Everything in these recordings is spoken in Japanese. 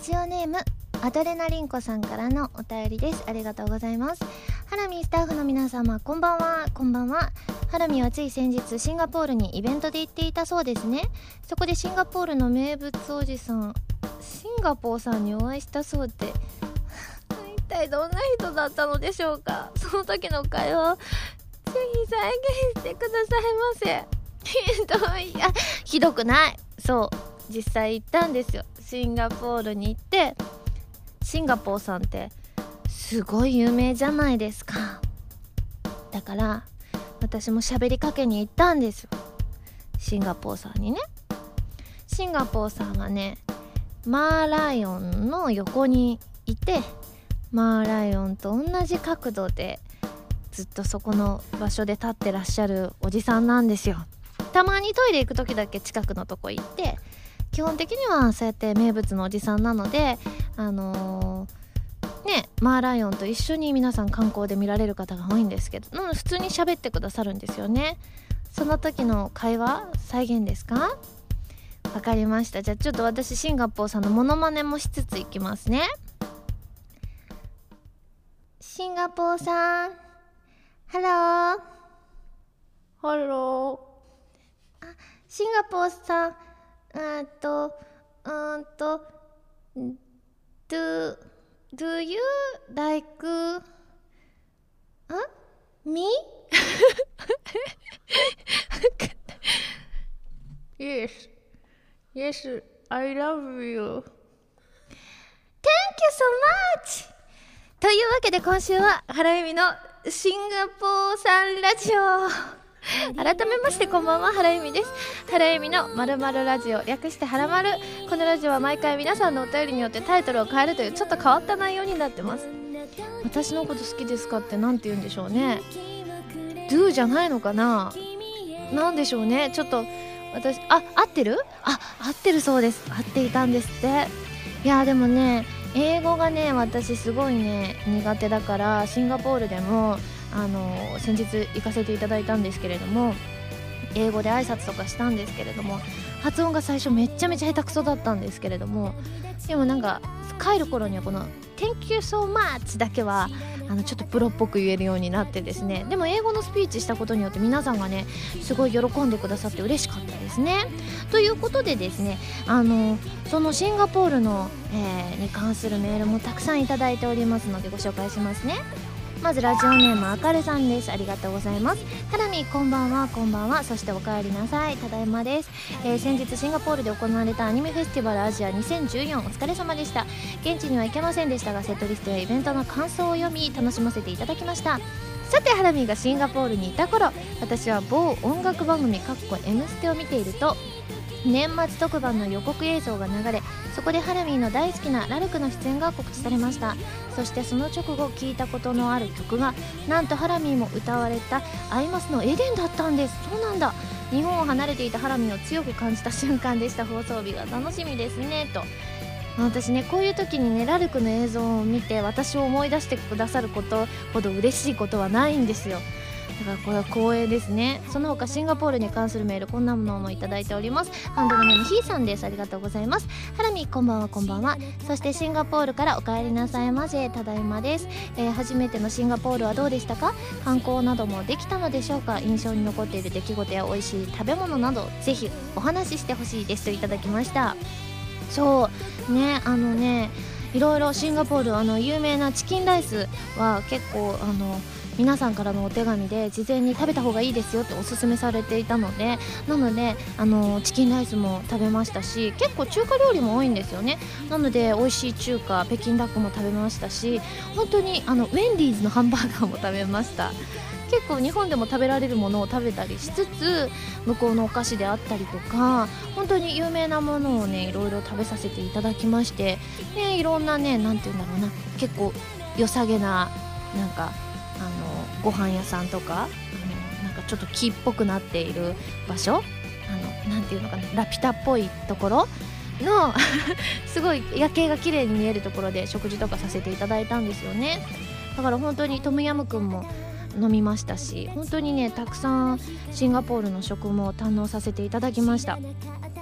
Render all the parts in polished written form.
ジオネームアドレナリンコさんからのお便りです。ありがとうございます。ハラミスタッフの皆様、こんばんは。こんばんは。ハラミはつい先日シンガポールにイベントで行っていたそうですね。そこでシンガポールの名物おじさん、シンガポーさんにお会いしたそうで一体どんな人だったのでしょうか。その時の会話をぜひ再現してくださいませ。ひどくない。そう、実際行ったんですよ。シンガポールに行って、シンガポーさんってすごい有名じゃないですか。だから私も喋りかけに行ったんですよ、シンガポーさんにね。シンガポーさんがね、マーライオンの横にいて、マーライオンと同じ角度でずっとそこの場所で立ってらっしゃるおじさんなんですよ。たまにトイレ行く時だけ近くのとこ行って、基本的にはそうやって名物のおじさんなので、マーライオンと一緒に皆さん観光で見られる方が多いんですけど、普通に喋ってくださるんですよね。その時の会話再現ですか？わかりました。じゃあちょっと私シンガポーさんのモノマネもしつついきますね。シンガポーさん、ハロー。ハロー。シンガポーさん、do you like me? Yes, I love you. Thank you so much! というわけで今週はハラミのシンガポーさんラジオ。改めましてこんばんは、ハラユミです。ハラユミのまるまるラジオ、略してハラマル。このラジオは毎回皆さんのお便りによってタイトルを変えるというちょっと変わった内容になってます。私のこと好きですかってなんて言うんでしょうね。 Do じゃないのかな、なんでしょうね。ちょっと私合ってる？合ってるそうです。合っていたんですって。いやでもね、英語がね私すごいね苦手だから、シンガポールでも先日行かせていただいたんですけれども、英語で挨拶とかしたんですけれども、発音が最初めっちゃめちゃ下手くそだったんですけれども、でもなんか帰る頃にはこの Thank you so much だけはちょっとプロっぽく言えるようになってですね。でも英語のスピーチしたことによって皆さんがねすごい喜んでくださって嬉しかったですね。ということでですね、そのシンガポールの、に関するメールもたくさんいただいておりますのでご紹介しますね。まずラジオネームあかるさんです。ありがとうございます。ハラミこんばんは。こんばんは。そしておかえりなさい。ただいまです。先日シンガポールで行われたアニメフェスティバルアジア2014、お疲れ様でした。現地には行けませんでしたが、セットリストやイベントの感想を読み楽しませていただきました。さてハラミがシンガポールにいた頃、私は某音楽番組Mステを見ていると、年末特番の予告映像が流れ、そこでハラミーの大好きなラルクの出演が告知されました。そしてその直後聴いたことのある曲が、なんとハラミーも歌われたアイマスのエデンだったんです。そうなんだ。日本を離れていたハラミーを強く感じた瞬間でした。放送日が楽しみですねと。私ね、こういう時にねラルクの映像を見て私を思い出してくださることほど嬉しいことはないんですよ。だからこれは光栄ですね。その他シンガポールに関するメール、こんなものもいただいております。ハンドルネームひーさんです。ありがとうございます。ハラミこんばんは。こんばんは。そしてシンガポールからお帰りなさいませ。ただいまです。初めてのシンガポールはどうでしたか？観光などもできたのでしょうか？印象に残っている出来事や美味しい食べ物などぜひお話ししてほしいですといただきました。そうね、いろいろシンガポール有名なチキンライスは結構皆さんからのお手紙で事前に食べた方がいいですよっておすすめされていたので、なのでチキンライスも食べましたし、結構中華料理も多いんですよね。なので美味しい中華、北京ダックも食べましたし、本当にウェンディーズのハンバーガーも食べました。結構日本でも食べられるものを食べたりしつつ、向こうのお菓子であったりとか本当に有名なものをねいろいろ食べさせていただきまして、いろんなね、なんていうんだろうな、結構良さげななんかご飯屋さんとかなんかちょっと木っぽくなっている場所、なんていうのかな、ラピュタっぽいところのすごい夜景が綺麗に見えるところで食事とかさせていただいたんですよね。だから本当にトムヤムクンも飲みましたし、本当にねたくさんシンガポールの食も堪能させていただきました。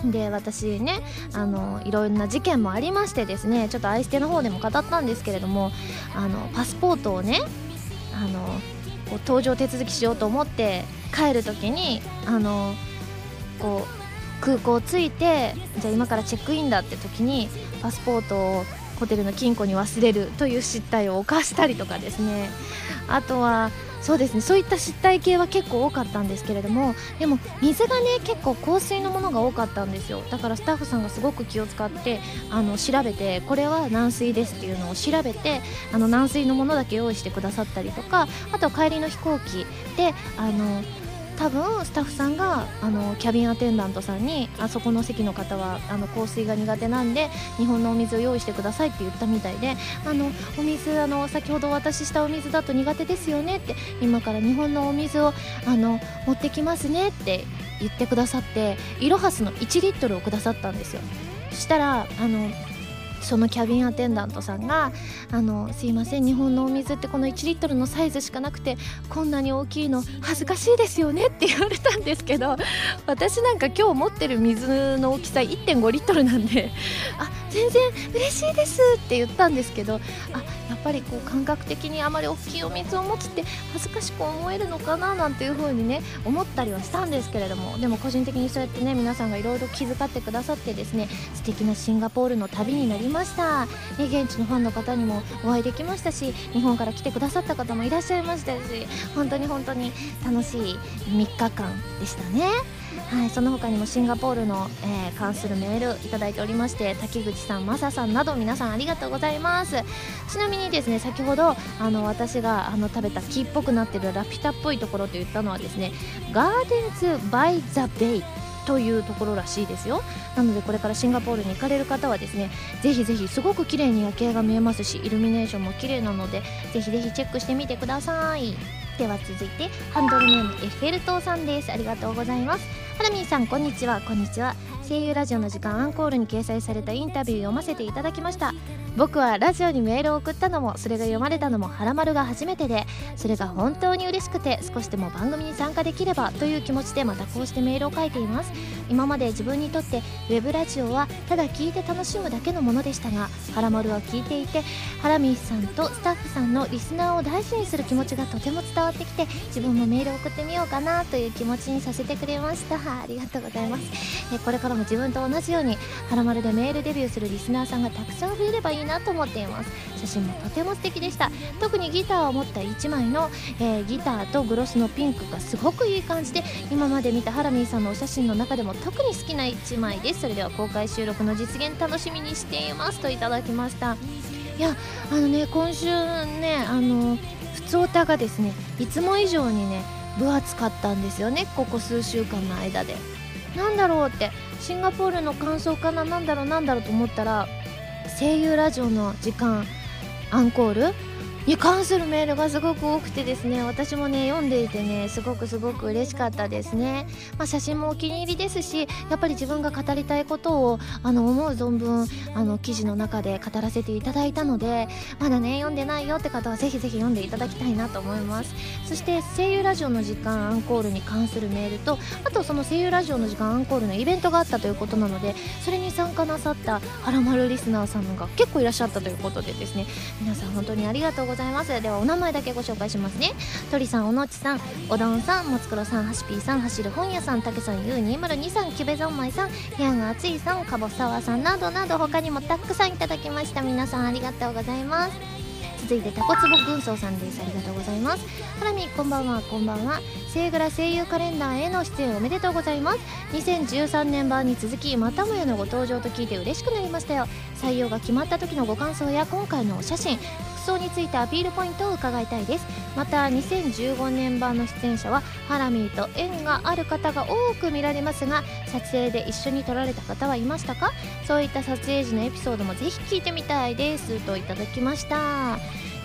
で私ねいろんな事件もありましてですね、ちょっと愛しての方でも語ったんですけれども、パスポートをねこう搭乗手続きしようと思って帰るときにこう空港着いて、じゃあ今からチェックインだって時にパスポートをホテルの金庫に忘れるという失態を犯したりとかですね、あとはそうですね、そういった失態系は結構多かったんですけれども、でも水がね結構硬水のものが多かったんですよ。だからスタッフさんがすごく気を使って調べて、これは軟水ですっていうのを調べて軟水のものだけ用意してくださったりとか、あと帰りの飛行機で多分スタッフさんがキャビンアテンダントさんに、あそこの席の方は香水が苦手なんで日本のお水を用意してくださいって言ったみたいで、お水先ほどお渡ししたお水だと苦手ですよねって、今から日本のお水を持ってきますねって言ってくださって、イロハスの1リットルをくださったんですよ。そしたらそのキャビンアテンダントさんがすいません、日本のお水ってこの1リットルのサイズしかなくてこんなに大きいの恥ずかしいですよねって言われたんですけど、私なんか今日持ってる水の大きさ 1.5 リットルなんで全然嬉しいですって言ったんですけど、やっぱりこう感覚的にあまり大きいお水を持つって恥ずかしく思えるのかななんていう風にね思ったりはしたんですけれども、でも個人的にそうやってね皆さんがいろいろ気遣ってくださってですね、素敵なシンガポールの旅になりました。現地のファンの方にもお会いできましたし、日本から来てくださった方もいらっしゃいましたし、本当に本当に楽しい3日間でしたね。はい、その他にもシンガポールの、関するメールいただいておりまして、滝口さん、マサさんなど皆さんありがとうございます。ちなみにですね、先ほど私が食べた木っぽくなってるラピュタっぽいところと言ったのはですね、ガーデンズ・バイ・ザ・ベイというところらしいですよ。なのでこれからシンガポールに行かれる方はですね、ぜひぜひ、すごく綺麗に夜景が見えますしイルミネーションも綺麗なので、ぜひぜひチェックしてみてください。では続いてハンドルネームエッフェル塔さんです。ありがとうございます。ハラミーさん、こんにちは。こんにちは。声優ラジオの時間アンコールに掲載されたインタビューを読ませていただきました。僕はラジオにメールを送ったのもそれが読まれたのもハラマルが初めてで、それが本当に嬉しくて、少しでも番組に参加できればという気持ちでまたこうしてメールを書いています。今まで自分にとってウェブラジオはただ聞いて楽しむだけのものでしたが、ハラマルは聞いていてハラミーさんとスタッフさんのリスナーを大事にする気持ちがとても伝わってきて、自分もメールを送ってみようかなという気持ちにさせてくれました。ありがとうございます。これからも自分と同じようにハラマルでメールデビューするリスナーさんがたくさん増えればいいなと思っています。写真もとても素敵でした。特にギターを持った1枚の、ギターとグロスのピンクがすごくいい感じで、今まで見たハラミーさんのお写真の中でも特に好きな1枚です。それでは公開収録の実現楽しみにしていますといただきました。いや今週ね普通歌がですねいつも以上にね分厚かったんですよね、ここ数週間の間で。なんだろうって、シンガポールの感想かな、なんだろうと思ったら、声優ラジオの時間アンコールに関するメールがすごく多くてですね、私もね読んでいてねすごく嬉しかったですね。写真もお気に入りですし、やっぱり自分が語りたいことを思う存分記事の中で語らせていただいたので、まだね読んでないよって方はぜひぜひ読んでいただきたいなと思います。そして声優ラジオの時間アンコールに関するメールと、あとその声優ラジオの時間アンコールのイベントがあったということなので、それに参加なさったハラマルリスナーさんが結構いらっしゃったということでですね、皆さん本当にありがとうございます。ではお名前だけご紹介しますね。鳥さん、おのちさん、おどんさん、もつくろさん、はしぴーさん、走る本屋さん、たけさん、ゆう202さん、キュベゾンマイさん、部屋が暑いさん、かぼさわさんなどなど他にもたくさんいただきました。皆さんありがとうございます。続いてタコツボ軍曹さんです。ありがとうございます。ハラミこんばんは。こんばんは。セイグラ声優カレンダーへの出演おめでとうございます。2013年版に続きまたもやのご登場と聞いて嬉しくなりましたよ。採用が決まった時のご感想や今回のお写真、服装についてアピールポイントを伺いたいです。また2015年版の出演者はハラミーと縁がある方が多く見られますが、撮影で一緒に撮られた方はいましたか？そういった撮影時のエピソードもぜひ聞いてみたいですといただきました。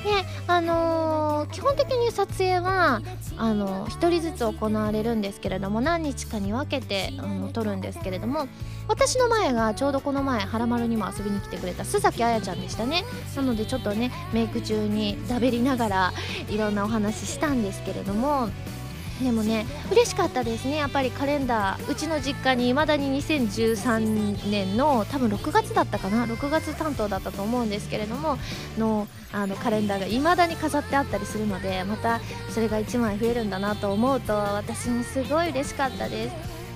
基本的に撮影は1人ずつ行われるんですけれども、何日かに分けて撮るんですけれども、私の前がちょうどこの前ハラマルにも遊びに来てくれた須崎彩ちゃんでしたね。なのでちょっとねメイク中にだべりながらいろんなお話したんですけれども、 でもね嬉しかったですね。やっぱりカレンダーうちの実家に未だに2013年の多分6月だったかな、6月担当だったと思うんですけれどもあのカレンダーが未だに飾ってあったりするので、またそれが1枚増えるんだなと思うと私もすごい嬉しかったです。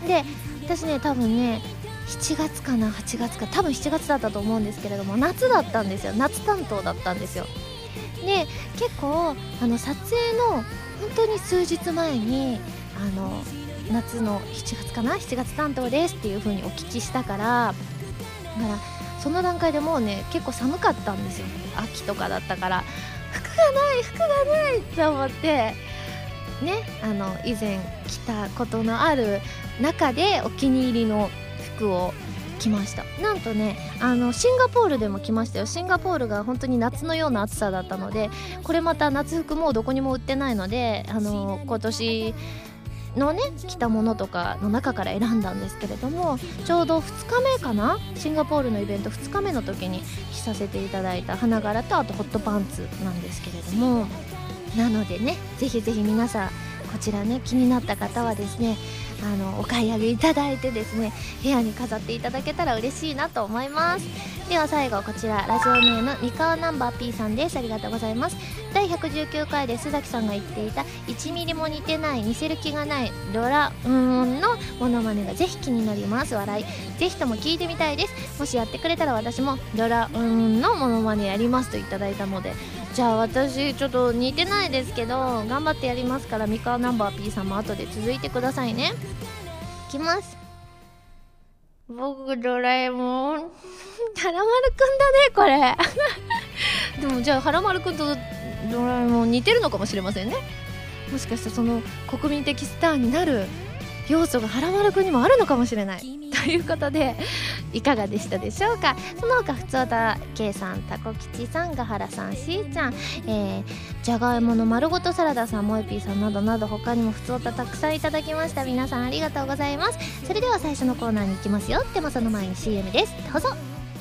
で私ね多分ね7月かな8月か多分7月だったと思うんですけれども、夏だったんですよ。夏担当だったんですよ。で結構撮影の本当に数日前に夏の7月かな7月担当ですっていう風にお聞きしたから、だからその段階でもうね結構寒かったんですよ。秋とかだったから服がないと思ってね、以前着たことのある中でお気に入りの服を着ました。なんとねシンガポールでも着ましたよ。シンガポールが本当に夏のような暑さだったので、これまた夏服もうどこにも売ってないので今年のね着たものとかの中から選んだんですけれども、ちょうど2日目かな、シンガポールのイベント2日目の時に着させていただいた花柄とあとホットパンツなんですけれども、なのでねぜひぜひ皆さんこちらね気になった方はですねお買い上げいただいてですね部屋に飾っていただけたら嬉しいなと思います。では最後こちらラジオネーム三河ナンバー P さんです。ありがとうございます。第119回で須崎さんが言っていた1ミリも似てない似せる気がないドラのモノマネがぜひ気になります。笑いぜひとも聞いてみたいです。もしやってくれたら私もドラのモノマネやりますといただいたので、じゃあ私ちょっと似てないですけど頑張ってやりますから、三河ナンバー P さんも後で続いてくださいね。いきます。僕ドラえもんはらまるくんだねこれでもじゃあはらまるくんとドラえもん似てるのかもしれませんね。もしかしたらその国民的スターになる要素がはらまるくんにもあるのかもしれないということでいかがでしたでしょうか。その他ふつおた K さん、たこきちさん、がはらさん、しーちゃん、じゃがいもの丸ごとサラダさん、もえぴーさんなどなど他にもふつおたたくさんいただきました。皆さんありがとうございます。それでは最初のコーナーに行きますよ。でもその前に CM です。どうぞ。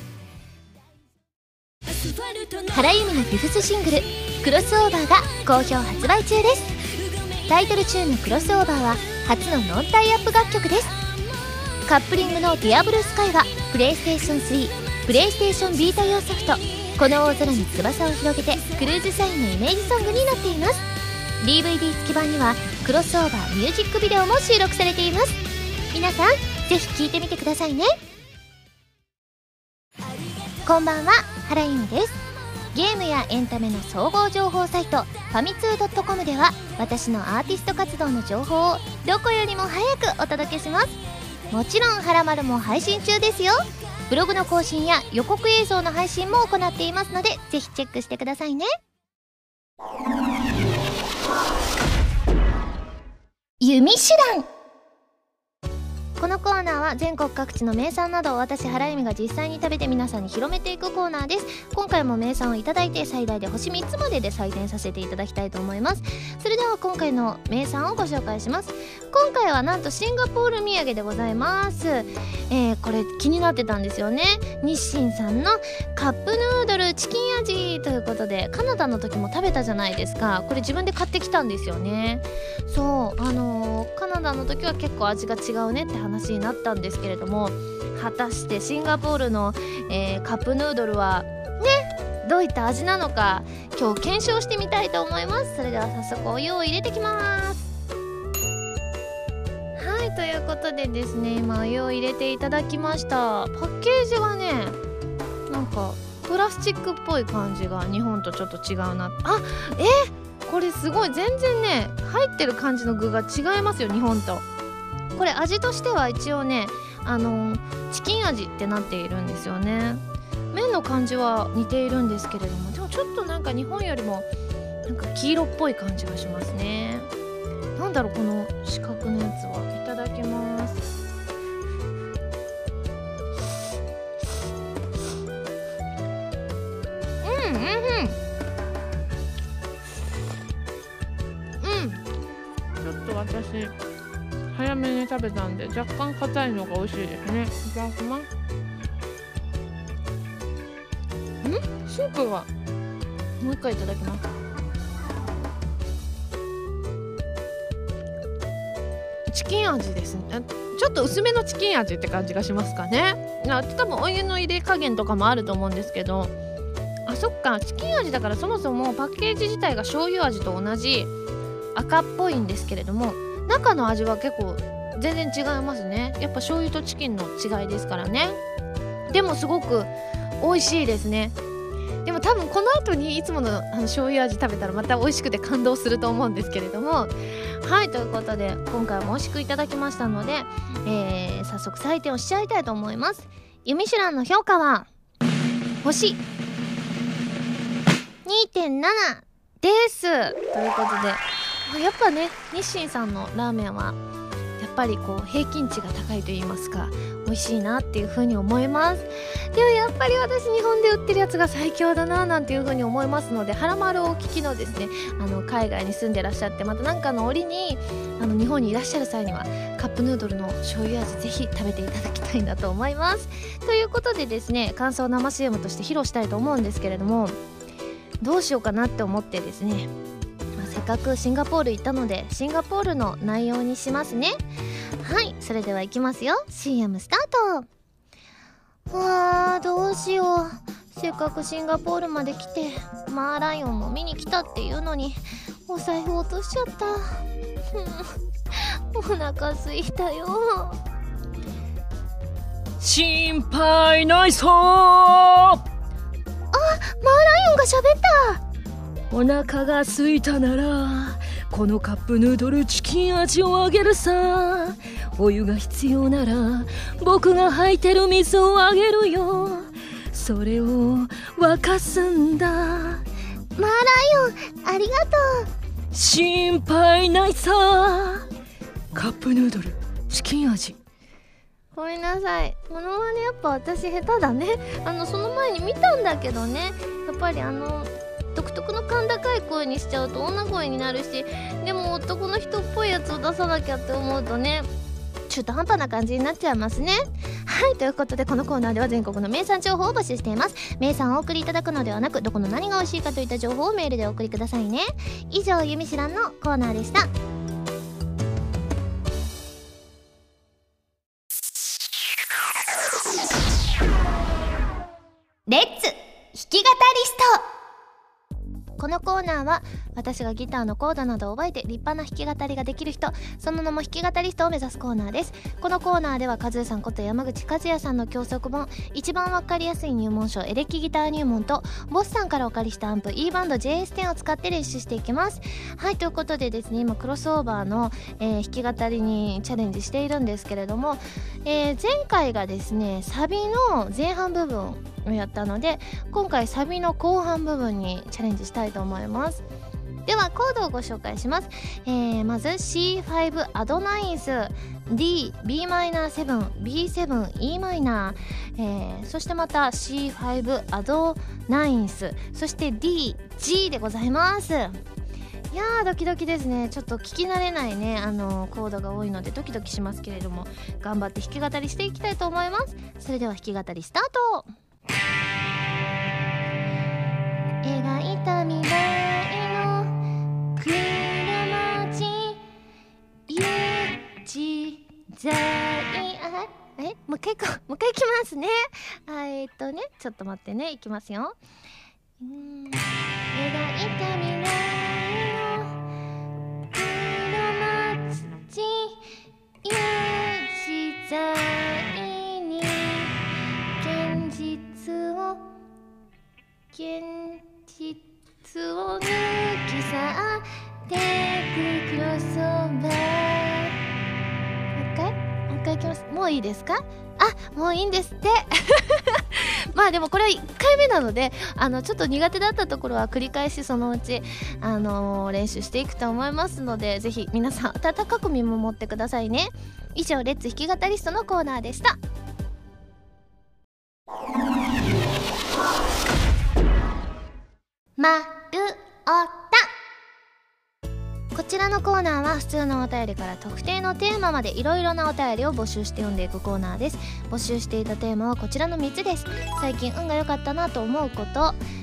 原由美のフィフスシングルクロスオーバーが好評発売中です。タイトルチューンのクロスオーバーは初のノンタイアップ楽曲です。カップリングのディアブルスカイはプレイステーション3、プレイステーションビータ用ソフトこの大空に翼を広げてクルーズサインのイメージソングになっています。 DVD 付き版にはクロスオーバーミュージックビデオも収録されています。皆さんぜひ聴いてみてくださいね。こんばんは、原由美です。ゲームやエンタメの総合情報サイトファミツー .com では私のアーティスト活動の情報をどこよりも早くお届けします。もちろんはらまるも配信中ですよ。ブログの更新や予告映像の配信も行っていますのでぜひチェックしてくださいね。弓手段。このコーナーは全国各地の名産などを私原由美が実際に食べて皆さんに広めていくコーナーです。今回も名産をいただいて最大で星3つまでで採点させていただきたいと思います。それでは今回の名産をご紹介します。今回はなんとシンガポール土産でございます。これ気になってたんですよね。日清さんのカップヌードルチキン味ということで、カナダの時も食べたじゃないですか。これ自分で買ってきたんですよね。そうカナダの時は結構味が違うねって話になったんですけれども、果たしてシンガポールの、カップヌードルはねどういった味なのか今日検証してみたいと思います。それでは早速お湯を入れてきます。はい、ということでですね、今お湯を入れていただきました。パッケージがねなんかプラスチックっぽい感じが日本とちょっと違うな。これすごい全然ね入ってる感じの具が違いますよ、日本と。これ味としては一応ねチキン味ってなっているんですよね。麺の感じは似ているんですけれども、でもちょっとなんか日本よりもなんか黄色っぽい感じがしますね。なんだろうこの四角のやつは。いただきます。ちょっと私早めに食べたんで若干硬いのが美味しいですね。いただきます。スープがもう一回いただきます。 チキン味ですね。ちょっと薄めのチキン味って感じがしますかね。多分お湯の入れ加減とかもあると思うんですけど、あ、そっか、チキン味だからそもそもパッケージ自体が醤油味と同じ赤っぽいんですけれども、中の味は結構全然違いますね。やっぱ醤油とチキンの違いですからね。でもすごく美味しいですね。でも多分この後にいつもの醤油味食べたらまた美味しくて感動すると思うんですけれども、はい、ということで今回も美味しくいただきましたので、早速採点をしちゃいたいと思います。ユミシュランの評価は星 2.7 です。ということで、やっぱね、日清さんのラーメンはやっぱりこう平均値が高いと言いますか、美味しいなっていう風に思います。でもやっぱり私日本で売ってるやつが最強だななんていう風に思いますので、はらまるをお聞きのですね、海外に住んでらっしゃって、また何かの折に日本にいらっしゃる際にはカップヌードルの醤油味ぜひ食べていただきたいなと思います。ということでですね、感想生 CM として披露したいと思うんですけれども、どうしようかなって思ってですね、せっかくシンガポール行ったのでシンガポールの内容にしますね。はい、それでは行きますよ。 CM スタート。どうしよう。せっかくシンガポールまで来てマーライオンも見に来たっていうのにお財布落としちゃったお腹すいたよ。 心配ないさー。 マーライオンが喋った。 お腹が空いたならこのカップヌードルチキン味をあげるさ。お湯が必要なら僕が履いてる水をあげるよ。それを沸かすんだ。 マーライオンありがとう。 心配ないさ。カップヌードルチキン味。 ごめんなさい、モノマネやっぱ私下手だね。その前に見たんだけどね、やっぱり独特の甲高い声にしちゃうと女声になるし、でも男の人っぽいやつを出さなきゃって思うとね、中途半端な感じになっちゃいますね。はい、ということでこのコーナーでは全国の名産情報を募集しています。名産をお送りいただくのではなく、どこの何が美味しいかといった情報をメールでお送りくださいね。以上、ゆみしらんのコーナーでした。レッツ弾き語りスト。このコーナーは私がギターのコードなどを覚えて立派な弾き語りができる人、その名も弾き語りストを目指すコーナーです。このコーナーではカズーさんこと山口和也さんの教則本、一番わかりやすい入門書エレキギター入門とボスさんからお借りしたアンプ E バンド JS10 を使って練習していきます。はい、ということでですね、今クロスオーバーの、弾き語りにチャレンジしているんですけれども、前回がですねサビの前半部分をやったので、今回サビの後半部分にチャレンジしたいと思います。ではコードをご紹介します。まず C5 アドナインス D Bm7 B7 Em、そしてまた C5 アドナインス、そして D G でございます。いやードキドキですね。ちょっと聞き慣れないねコードが多いのでドキドキしますけれども、頑張って弾き語りしていきたいと思います。それでは弾き語りスタート。描いた未来の黒文字自在。もう一回いきますね。ちょっと待ってね、いきますよ。描いた未来の黒文字自在に現実を抜き去ってくクロスオーバー。もう一回いきます。もういいですか？もういいんですってまあでもこれは1回目なのでちょっと苦手だったところは繰り返しそのうち練習していくと思いますので、ぜひ皆さん温かく見守ってくださいね。以上、レッツ弾き語りストのコーナーでした。まるおた。こちらのコーナーは普通のお便りから特定のテーマまでいろいろなお便りを募集して読んでいくコーナーです。募集していたテーマはこちらの3つです。最近運が良かったなと思うこと、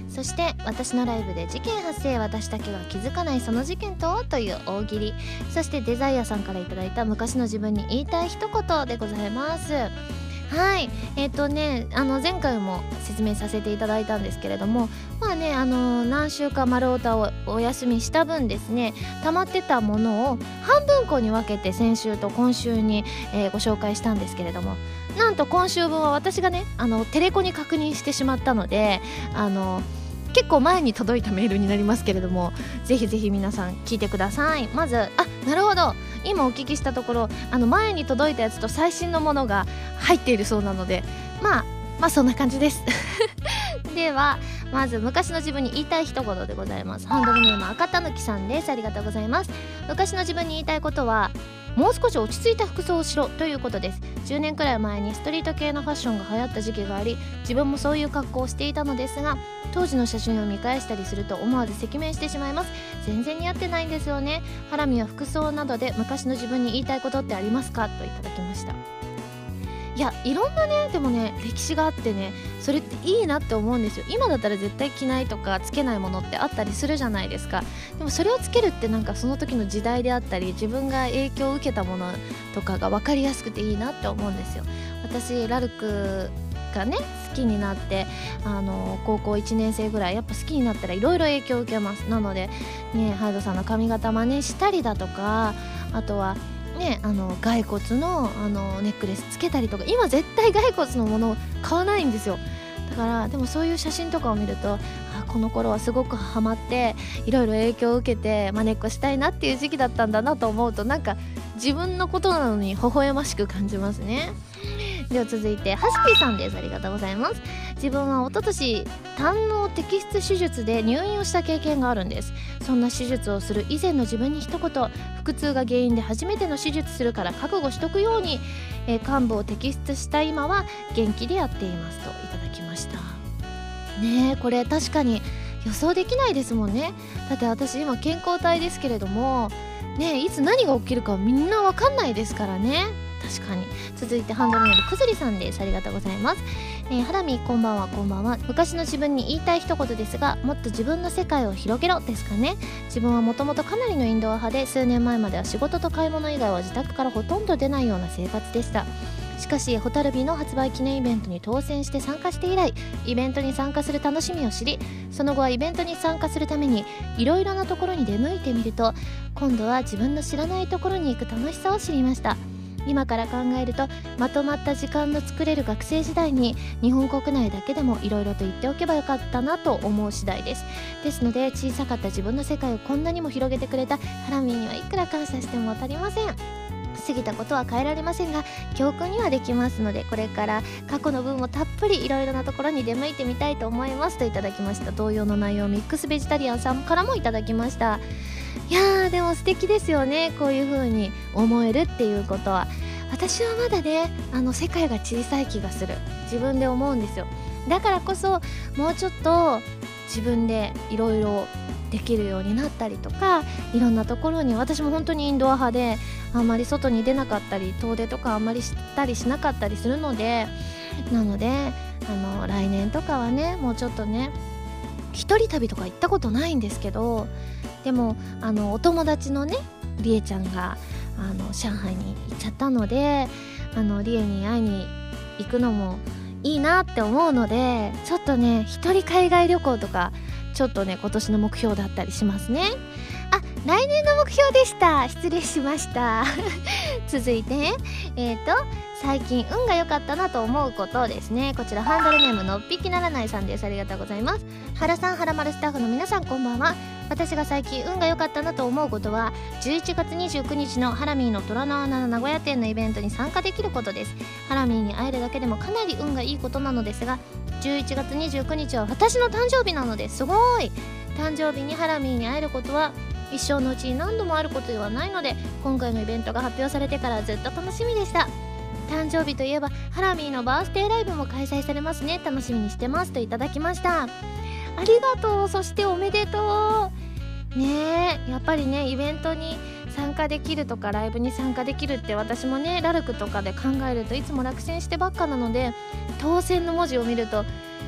そして私のライブで事件発生、私だけが気づかないその事件とはという大喜利、そしてデザイアさんからいただいた昔の自分に言いたい一言でございます。はい、前回も説明させていただいたんですけれども、まあね、何週か丸太をお休みした分ですね、溜まってたものを半分こに分けて先週と今週に、ご紹介したんですけれども、なんと今週分は私がねテレコに確認してしまったので、結構前に届いたメールになりますけれども、ぜひぜひ皆さん聞いてください。まずなるほど、今お聞きしたところ前に届いたやつと最新のものが入っているそうなので、まあそんな感じですではまず昔の自分に言いたい一言でございます。ハンドルネーム赤たぬきさんです。ありがとうございます。昔の自分に言いたいことは、もう少し落ち着いた服装をしろということです。10年くらい前にストリート系のファッションが流行った時期があり、自分もそういう格好をしていたのですが、当時の写真を見返したりすると思わず赤面してしまいます。全然似合ってないんですよね。ハラミは服装などで昔の自分に言いたいことってありますかといただきました。いや、いろんなね、でもね歴史があってね、それっていいなって思うんですよ。今だったら絶対着ないとかつけないものってあったりするじゃないですか。でもそれをつけるってなんかその時の時代であったり、自分が影響を受けたものとかが分かりやすくていいなって思うんですよ。私ラルクがね好きになって、高校1年生ぐらいやっぱ好きになったらいろいろ影響を受けます。なのでね、ハイドさんの髪型真似したりだとか、あとはね、骸骨のネックレスつけたりとか、今絶対骸骨のものを買わないんですよ。だからでもそういう写真とかを見ると、この頃はすごくハマっていろいろ影響を受けて真似っこしたいなっていう時期だったんだなと思うと、なんか自分のことなのに微笑ましく感じますね。では続いてハスキーさんです。ありがとうございます。自分は一昨年胆の摘出手術で入院をした経験があるんです。そんな手術をする以前の自分に一言、腹痛が原因で初めての手術するから覚悟しとくように、患部を摘出した今は元気でやっていますといただきましたね。これ確かに予想できないですもんね。だって私今健康体ですけれどもね、いつ何が起きるかみんな分かんないですからね。確かに。続いてハンドルネームくずりさんです。ありがとうございます。ハラミこんばんは。こんばんは。昔の自分に言いたい一言ですが、もっと自分の世界を広げろですかね。自分はもともとかなりのインドア派で、数年前までは仕事と買い物以外は自宅からほとんど出ないような生活でした。しかしホタルビの発売記念イベントに当選して参加して以来、イベントに参加する楽しみを知り、その後はイベントに参加するためにいろいろなところに出向いてみると、今度は自分の知らないところに行く楽しさを知りました。今から考えると、まとまった時間の作れる学生時代に日本国内だけでもいろいろと言っておけばよかったなと思う次第です。ですので小さかった自分の世界をこんなにも広げてくれたハラミーにはいくら感謝しても足りません。過ぎたことは変えられませんが教訓にはできますので、これから過去の分をたっぷりいろいろなところに出向いてみたいと思いますといただきました。同様の内容をミックスベジタリアンさんからもいただきました。いやーでも素敵ですよね、こういう風に思えるっていうことは。私はまだね世界が小さい気がする、自分で思うんですよ。だからこそもうちょっと自分でいろいろできるようになったりとか、いろんなところに、私も本当にインドア派であんまり外に出なかったり遠出とかあんまりしたりしなかったりするので、なので来年とかはね、もうちょっとね一人旅とか行ったことないんですけど、でもお友達のねりえちゃんが上海に行っちゃったので、りえに会いに行くのもいいなって思うので、ちょっとね一人海外旅行とかちょっとね今年の目標だったりしますね。来年の目標でした。失礼しました続いて最近運が良かったなと思うことですね。こちらハンドルネームのっぴきならないさんです。ありがとうございます。原さん、原丸スタッフの皆さんこんばんは。私が最近運が良かったなと思うことは、11月29日のハラミーの虎の穴の名古屋店のイベントに参加できることです。ハラミーに会えるだけでもかなり運がいいことなのですが、11月29日は私の誕生日なのですごい。誕生日にハラミーに会えることは一生のうちに何度もあることではないので、今回のイベントが発表されてからずっと楽しみでした。誕生日といえばハラミーのバースデーライブも開催されますね。楽しみにしてますといただきました。ありがとう。そしておめでとうね。やっぱりねイベントに参加できるとかライブに参加できるって、私もねラルクとかで考えるといつも落選してばっかなので、当選の文字を見ると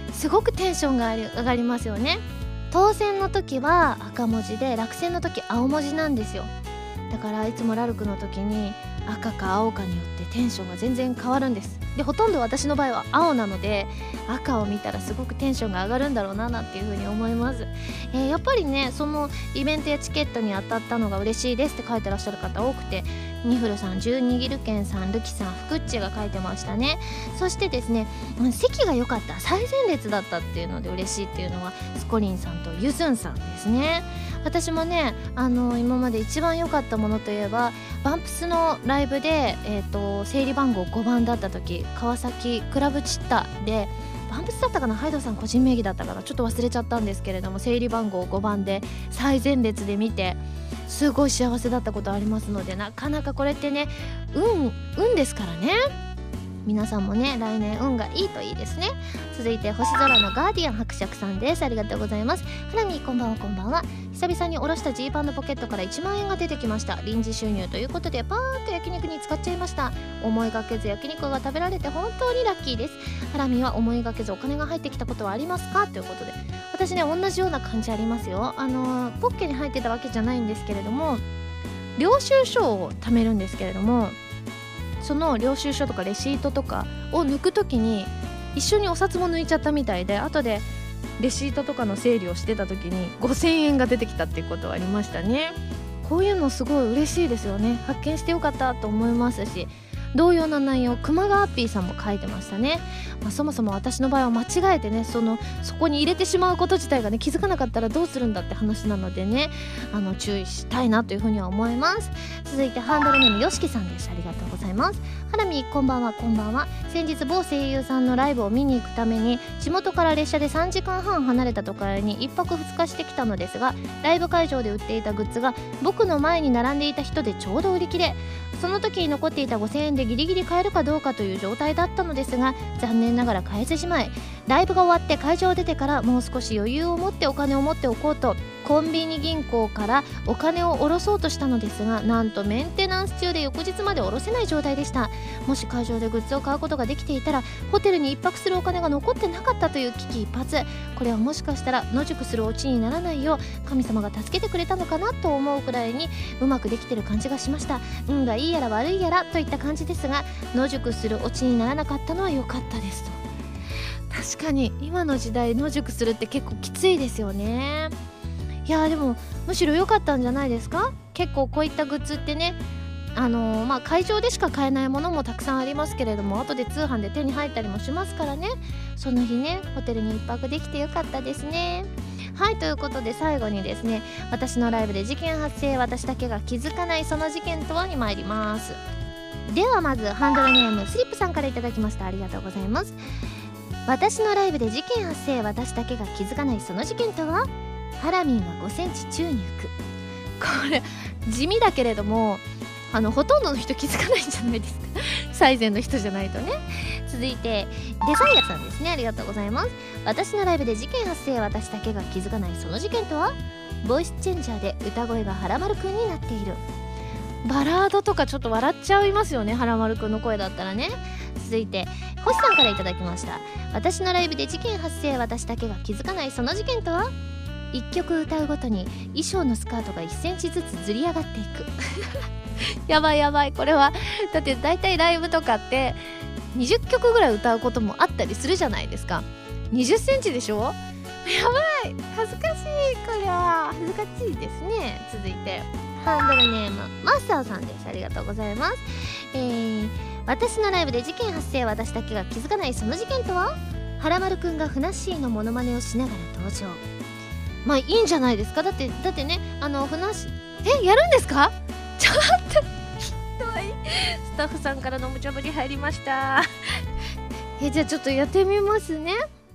すごくテンションが上がりますよね。当選の時は赤文字で落選の時青文字なんですよ。だからいつもラルクの時に赤か青かによってテンションが全然変わるんです。でほとんど私の場合は青なので、赤を見たらすごくテンションが上がるんだろうなっていう風に思います。やっぱりね、そのイベントやチケットに当たったのが嬉しいですって書いてらっしゃる方多くて、ニフルさん、12ギルケンさん、ルキさん、フクッチが書いてましたね。そしてですね、席が良かった、最前列だったっていうので嬉しいっていうのはスコリンさんとユズンさんですね。私もね、今まで一番良かったものといえばバンプスのライブで、整理番号5番だった時、川崎クラブチッタでバンプスだったかな、ハイドさん個人名義だったかな、ちょっと忘れちゃったんですけれども、整理番号5番で最前列で見てすごい幸せだったことありますので、なかなかこれってね、運ですからね。皆さんもね、来年運がいいといいですね。続いて星空のガーディアン伯爵さんです。ありがとうございます。ハラミこんばんは。こんばんは。久々に下ろしたジーパンのポケットから1万円が出てきました。臨時収入ということでパーンと焼肉に使っちゃいました。思いがけず焼肉が食べられて本当にラッキーです。ハラミは思いがけずお金が入ってきたことはありますかということで、私ね、同じような感じありますよ。ポッケに入ってたわけじゃないんですけれども、領収書を貯めるんですけれども、その領収書とかレシートとかを抜くときに一緒にお札も抜いちゃったみたいで、後でレシートとかの整理をしてた時に5000円が出てきたっていうことはありましたね。こういうのすごい嬉しいですよね。発見してよかったと思いますし、同様な内容熊川アッピーさんも書いてましたね。そもそも私の場合は間違えてね、そこに入れてしまうこと自体がね、気づかなかったらどうするんだって話なのでね、注意したいなというふうには思います。続いてハンドルネームよしきさんです。ありがとうございます。ハラミこんばんは。こんばんは。先日某声優さんのライブを見に行くために地元から列車で3時間半離れたところに1泊2日してきたのですが、ライブ会場で売っていたグッズが僕の前に並んでいた人でちょうど売り切れ、その時に残っていた5000円でギリギリ買えるかどうかという状態だったのですが、残念ながら買えずじまい。ライブが終わって会場を出てからもう少し余裕を持ってお金を持っておこうとコンビニ銀行からお金を下ろそうとしたのですが、なんとメンテナンス中で翌日まで下ろせない状態でした。もし会場でグッズを買うことができていたらホテルに1泊するお金が残ってなかったという危機一髪。これはもしかしたら野宿するオチにならないよう神様が助けてくれたのかなと思うくらいにうまくできてる感じがしました。運がいいやら悪いやらといった感じですが、野宿するオチにならなかったのは良かったですと。確かに今の時代野宿するって結構きついですよね。いやでもむしろ良かったんじゃないですか。結構こういったグッズってね、会場でしか買えないものもたくさんありますけれども、後で通販で手に入ったりもしますからね。その日ね、ホテルに1泊できてよかったですね。はい、ということで最後にですね、私のライブで事件発生、私だけが気づかないその事件とはに参ります。ではまずハンドルネームスリップさんからいただきました。ありがとうございます。私のライブで事件発生、私だけが気づかないその事件とは、ハラミンは5センチ宙に浮く。これ地味だけれどもほとんどの人気づかないんじゃないですか最前の人じゃないとね。続いてデザイアさんですね。ありがとうございます。私のライブで事件発生、私だけが気づかないその事件とは、ボイスチェンジャーで歌声がはらまるくんになっている。バラードとかちょっと笑っちゃいますよね、はらまるくんの声だったらね。続いて星さんからいただきました。私のライブで事件発生、私だけが気づかないその事件とは、1曲歌うごとに衣装のスカートが1センチずつずり上がっていくやばいやばい、これはだって大体ライブとかって20曲ぐらい歌うこともあったりするじゃないですか。20センチでしょ、やばい、恥ずかしい、これは恥ずかしいですね。続いてハンドルネームマスターさんです。ありがとうございます。私のライブで事件発生、私だけが気づかないその事件とは、はらまるくんがふなっしーのモノマネをしながら登場。まあいいんじゃないですか。だってね、ふなっしーやるんですか。ちょっとひどい、スタッフさんからの無茶ぶり入りましたじゃあちょっとやってみますね。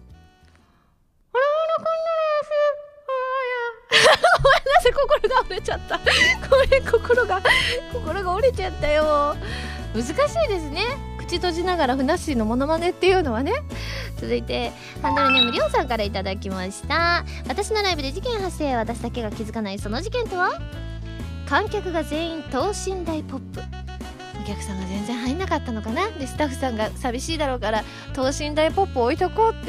なぜ心が折れちゃった。これ心が折れちゃったよ。難しいですね、口閉じながらふなっしーのモノマネっていうのはね。続いてハンドルネームりょうさんからいただきました。私のライブで事件発生、私だけが気づかないその事件とは、観客が全員等身大ポップ。お客さんが全然入んなかったのかな。でスタッフさんが寂しいだろうから等身大ポップ置いとこうって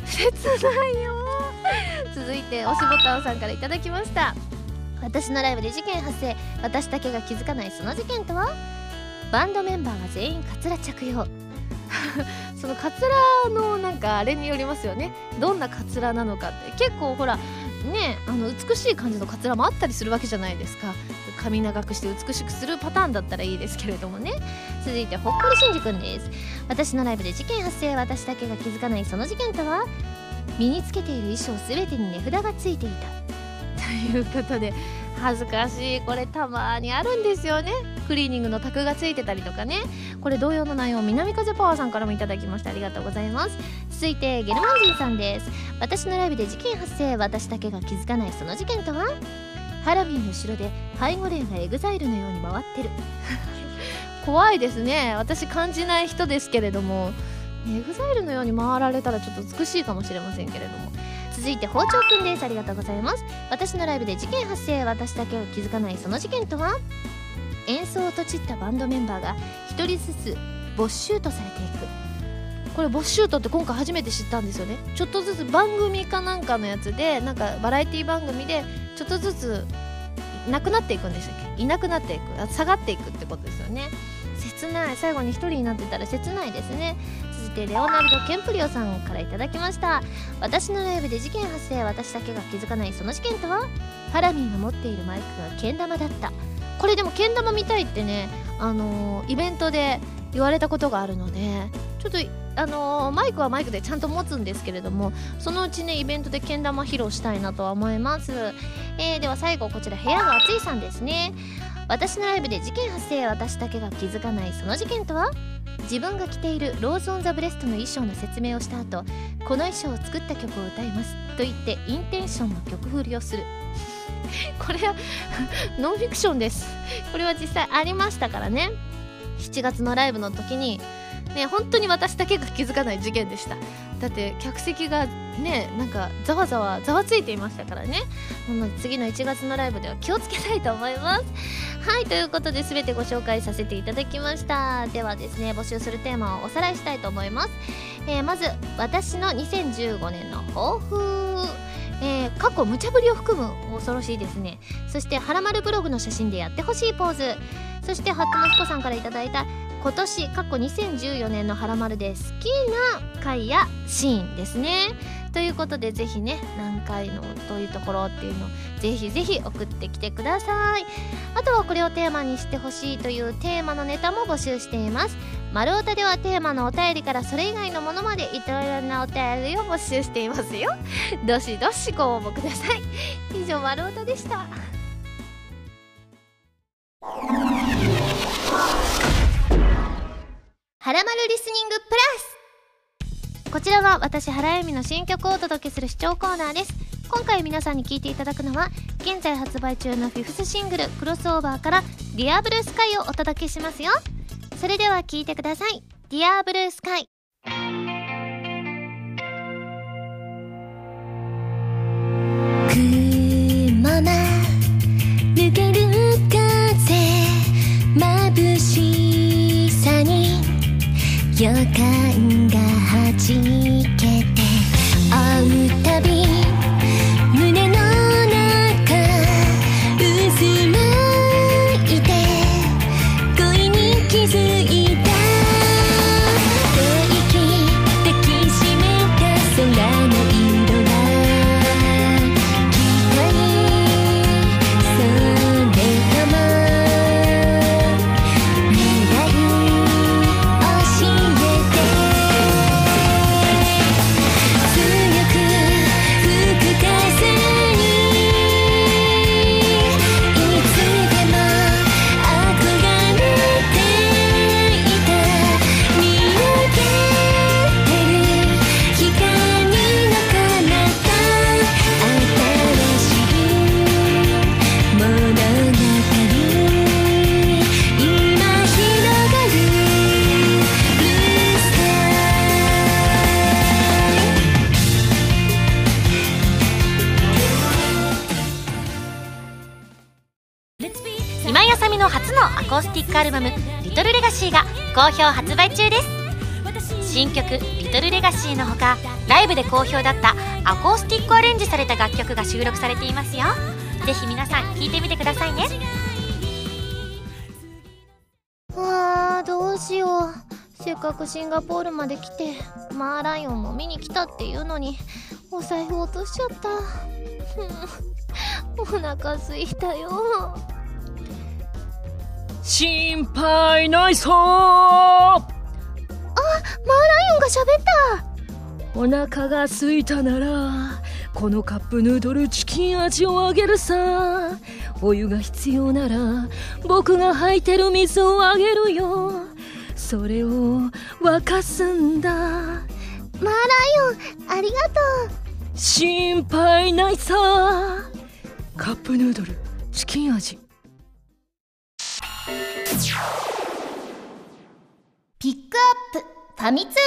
切ないよ。続いておしぼたんさんからいただきました。私のライブで事件発生、私だけが気づかないその事件とは、バンドメンバーが全員カツラ着用そのカツラのなんかあれによりますよね、どんなカツラなのかって。結構ほらね、美しい感じのカツラもあったりするわけじゃないですか。髪長くして美しくするパターンだったらいいですけれどもね。続いてほっこりしんじくんです。私のライブで事件発生、私だけが気づかないその事件とは、身につけている衣装すべてに値札がついていたということで、恥ずかしい。これたまにあるんですよね。クリーニングのタグがついてたりとかね。これ同様の内容、南風パワーさんからもいただきました。ありがとうございます。続いてゲルマン人さんです。私のライブで事件発生、私だけが気づかないその事件とは、ハラミーの後ろで背後霊がエグザイルのように回ってる怖いですね。私感じない人ですけれども、エグザイルのように回られたらちょっと美しいかもしれませんけれども。続いて包丁くんです。ありがとうございます。私のライブで事件発生、私だけが気づかないその事件とは、演奏と散ったバンドメンバーが一人ずつボッシュートされていく。これボッシュートって今回初めて知ったんですよね。ちょっとずつ番組かなんかのやつで、なんかバラエティ番組でちょっとずつなくなっていくんでしたっけ、いなくなっていく、下がっていくってことですよね。切ない。最後に一人になってたら切ないですね。続いてレオナルド・ケンプリオさんからいただきました。私のライブで事件発生、私だけが気づかないその事件とは、ハラミーが持っているマイクがけん玉だった。これでもけん玉見たいってね、イベントで言われたことがあるので、ちょっとマイクはマイクでちゃんと持つんですけれども、そのうちねイベントでけん玉披露したいなとは思います。では最後、こちら部屋が暑いさんですね。私のライブで事件発生、私だけが気づかないその事件とは、自分が着ているローズ・オン・ザ・ブレストの衣装の説明をした後、この衣装を作った曲を歌いますと言ってインテンションの曲振りをするこれはノンフィクションです。これは実際ありましたからね。7月のライブの時にね、本当に私だけが気づかない事件でした。だって客席がね、なんかざわついていましたからね。なので次の1月のライブでは気をつけたいと思います。はい、ということで全てご紹介させていただきました。ではですね、募集するテーマをおさらいしたいと思います。まず私の2015年の抱負、過去無茶ぶりを含む恐ろしいですね。そしてはらまるブログの写真でやってほしいポーズ、そしてハットのひこさんからいただいた今年過去2014年のはらまるで好きな回やシーンですね。ということでぜひね、何回のどういうところっていうのをぜひぜひ送ってきてください。あとはこれをテーマにしてほしいというテーマのネタも募集しています。丸太ではテーマのお便りからそれ以外のものまでいろいろなお便りを募集していますよ。どしどしご応募ください。以上、丸太でした。はらまるリスニングプラス。こちらは私原由美の新曲をお届けする視聴コーナーです。今回皆さんに聴いていただくのは現在発売中のフィフスシングルクロスオーバーからディアブルースカイをお届けしますよ。それでは聴いてください。ディアブルースカイ。 雲間抜ける風、眩しさに予感がはじけて、会うたび胸の中渦巻いて恋に気づいた。息抱きしめた空の色は期待、それとも願い教えて。強く吹く風にいつでも憧れていた。見上げてる光の彼方、新しい物語今広がるブルースカイ。 今井あさみの初のアコースティックアルバム「リトルレガシー」が好評発売中です。 新曲「リトルレガシー」のほか、ライブで好評だったアコースティックアレンジされた楽曲が収録されていますよ。ぜひ皆さん聴いてみてくださいね。 どうしよう。せっかくシンガポールまで来てマーライオンも見に来たっていうのにお財布落としちゃったお腹すいたよ。 心配ないさー。 マーライオンが喋った。 お腹が空いたならこのカップヌードルチキン味をあげるさ。お湯が必要なら僕が履いてる水をあげるよ。それを沸かすんだ。 マーライオンありがとう。 心配ないさ。カップヌードルチキン味。 ピックアップファミ通ニュー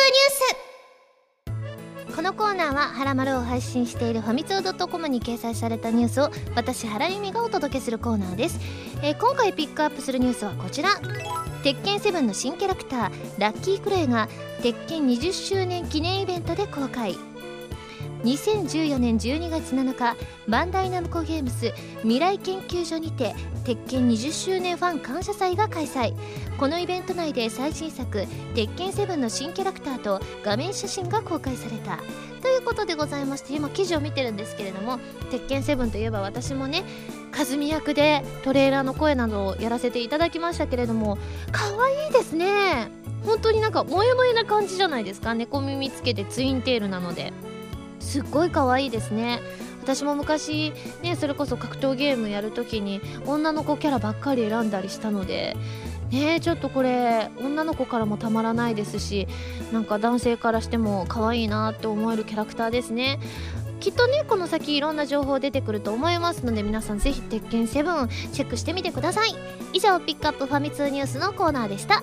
ス。 このコーナーはハラマルを配信しているファミツー .com に掲載されたニュースを私原由美がお届けするコーナーです。今回ピックアップするニュースはこちら。鉄拳7の新キャラクターラッキークレイが鉄拳20周年記念イベントで公開。2014年12月7日バンダイナムコゲームス未来研究所にて鉄拳20周年ファン感謝祭が開催。このイベント内で最新作鉄拳7の新キャラクターと画面写真が公開されたということでございまして、今記事を見てるんですけれども、鉄拳7といえば私もね和美役でトレーラーの声などをやらせていただきましたけれども、可愛いですね。本当になんか萌え萌えな感じじゃないですか。猫耳つけてツインテールなのですっごい可愛いですね。私も昔ね、それこそ格闘ゲームやるときに女の子キャラばっかり選んだりしたのでね、ちょっとこれ女の子からもたまらないですし、なんか男性からしても可愛いなって思えるキャラクターですね。きっとねこの先いろんな情報出てくると思いますので、皆さんぜひ鉄拳7チェックしてみてください。以上ピックアップファミ通ニュースのコーナーでした。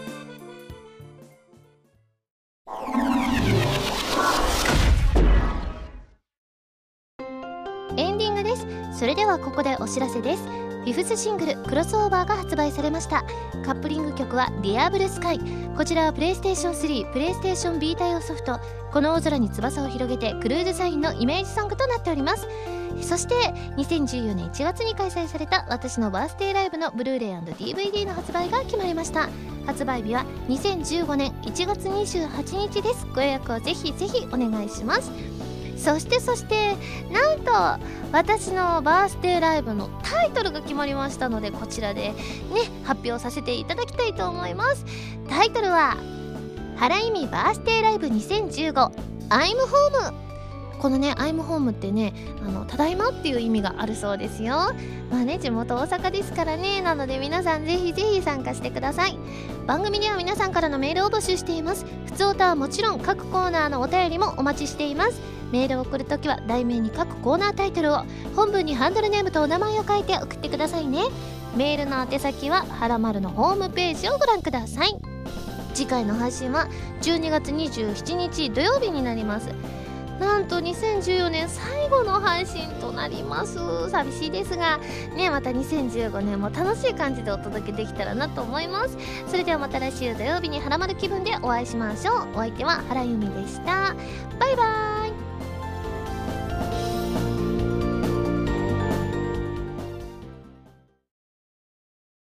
エンディングです。それではここでお知らせです。フィフスシングルクロスオーバーが発売されました。カップリング曲はディアブルスカイ。こちらはプレイステーション3、プレイステーションビータ用ソフトこの大空に翼を広げてクルーズサインのイメージソングとなっております。そして2014年1月に開催された私のバースデーライブのブルーレイ&DVD の発売が決まりました。発売日は2015年1月28日です。ご予約をぜひぜひお願いします。そしてなんと私のバースデーライブのタイトルが決まりましたので、こちらでね発表させていただきたいと思います。タイトルは原由美バースデーライブ2015 I'm Home。 このね I'm Home ってねただいまっていう意味があるそうですよ。まあね地元大阪ですからね。なので皆さんぜひぜひ参加してください。番組では皆さんからのメールを募集しています。ふつおたはもちろん各コーナーのお便りもお待ちしています。メールを送るときは題名に各コーナータイトルを、本文にハンドルネームとお名前を書いて送ってくださいね。メールの宛先ははらまるのホームページをご覧ください。次回の配信は12月27日土曜日になります。なんと2014年最後の配信となります。寂しいですがね、また2015年も楽しい感じでお届けできたらなと思います。それではまた来週土曜日にはらまる気分でお会いしましょう。お相手は原由美でした。バイバーイ。